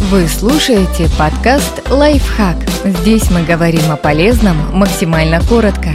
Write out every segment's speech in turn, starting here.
Вы слушаете подкаст «Лайфхак». Здесь мы говорим о полезном максимально коротко.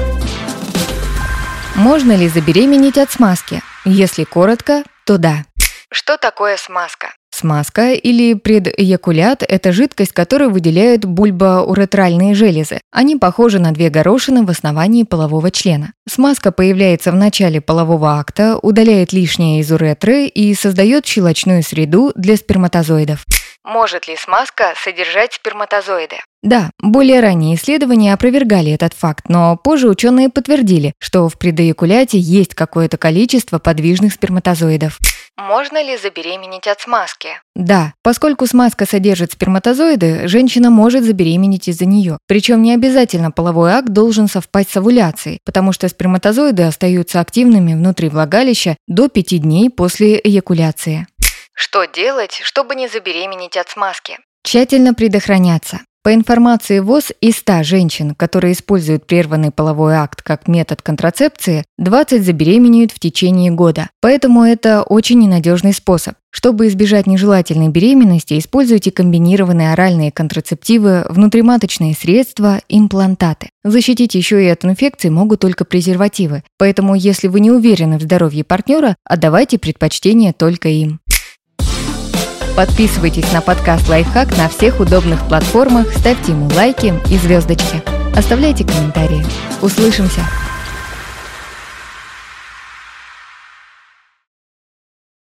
Можно ли забеременеть от смазки? Если коротко, то да. Что такое смазка? Смазка или предэякулят – это жидкость, которую выделяют бульбоуретральные железы. Они похожи на две горошины в основании полового члена. Смазка появляется в начале полового акта, удаляет лишнее из уретры и создает щелочную среду для сперматозоидов. Может ли смазка содержать сперматозоиды? Да, более ранние исследования опровергали этот факт, но позже ученые подтвердили, что в предэякуляте есть какое-то количество подвижных сперматозоидов. Можно ли забеременеть от смазки? Да, поскольку смазка содержит сперматозоиды, женщина может забеременеть из-за нее. Причем не обязательно половой акт должен совпасть с овуляцией, потому что сперматозоиды остаются активными внутри влагалища до 5 дней после эякуляции. Что делать, чтобы не забеременеть от смазки? Тщательно предохраняться. По информации ВОЗ, из 100 женщин, которые используют прерванный половой акт как метод контрацепции, 20 забеременеют в течение года. Поэтому это очень ненадежный способ. Чтобы избежать нежелательной беременности, используйте комбинированные оральные контрацептивы, внутриматочные средства, имплантаты. Защитить еще и от инфекций могут только презервативы. Поэтому, если вы не уверены в здоровье партнера, отдавайте предпочтение только им. Подписывайтесь на подкаст «Лайфхак» на всех удобных платформах, ставьте ему лайки и звездочки. Оставляйте комментарии. Услышимся!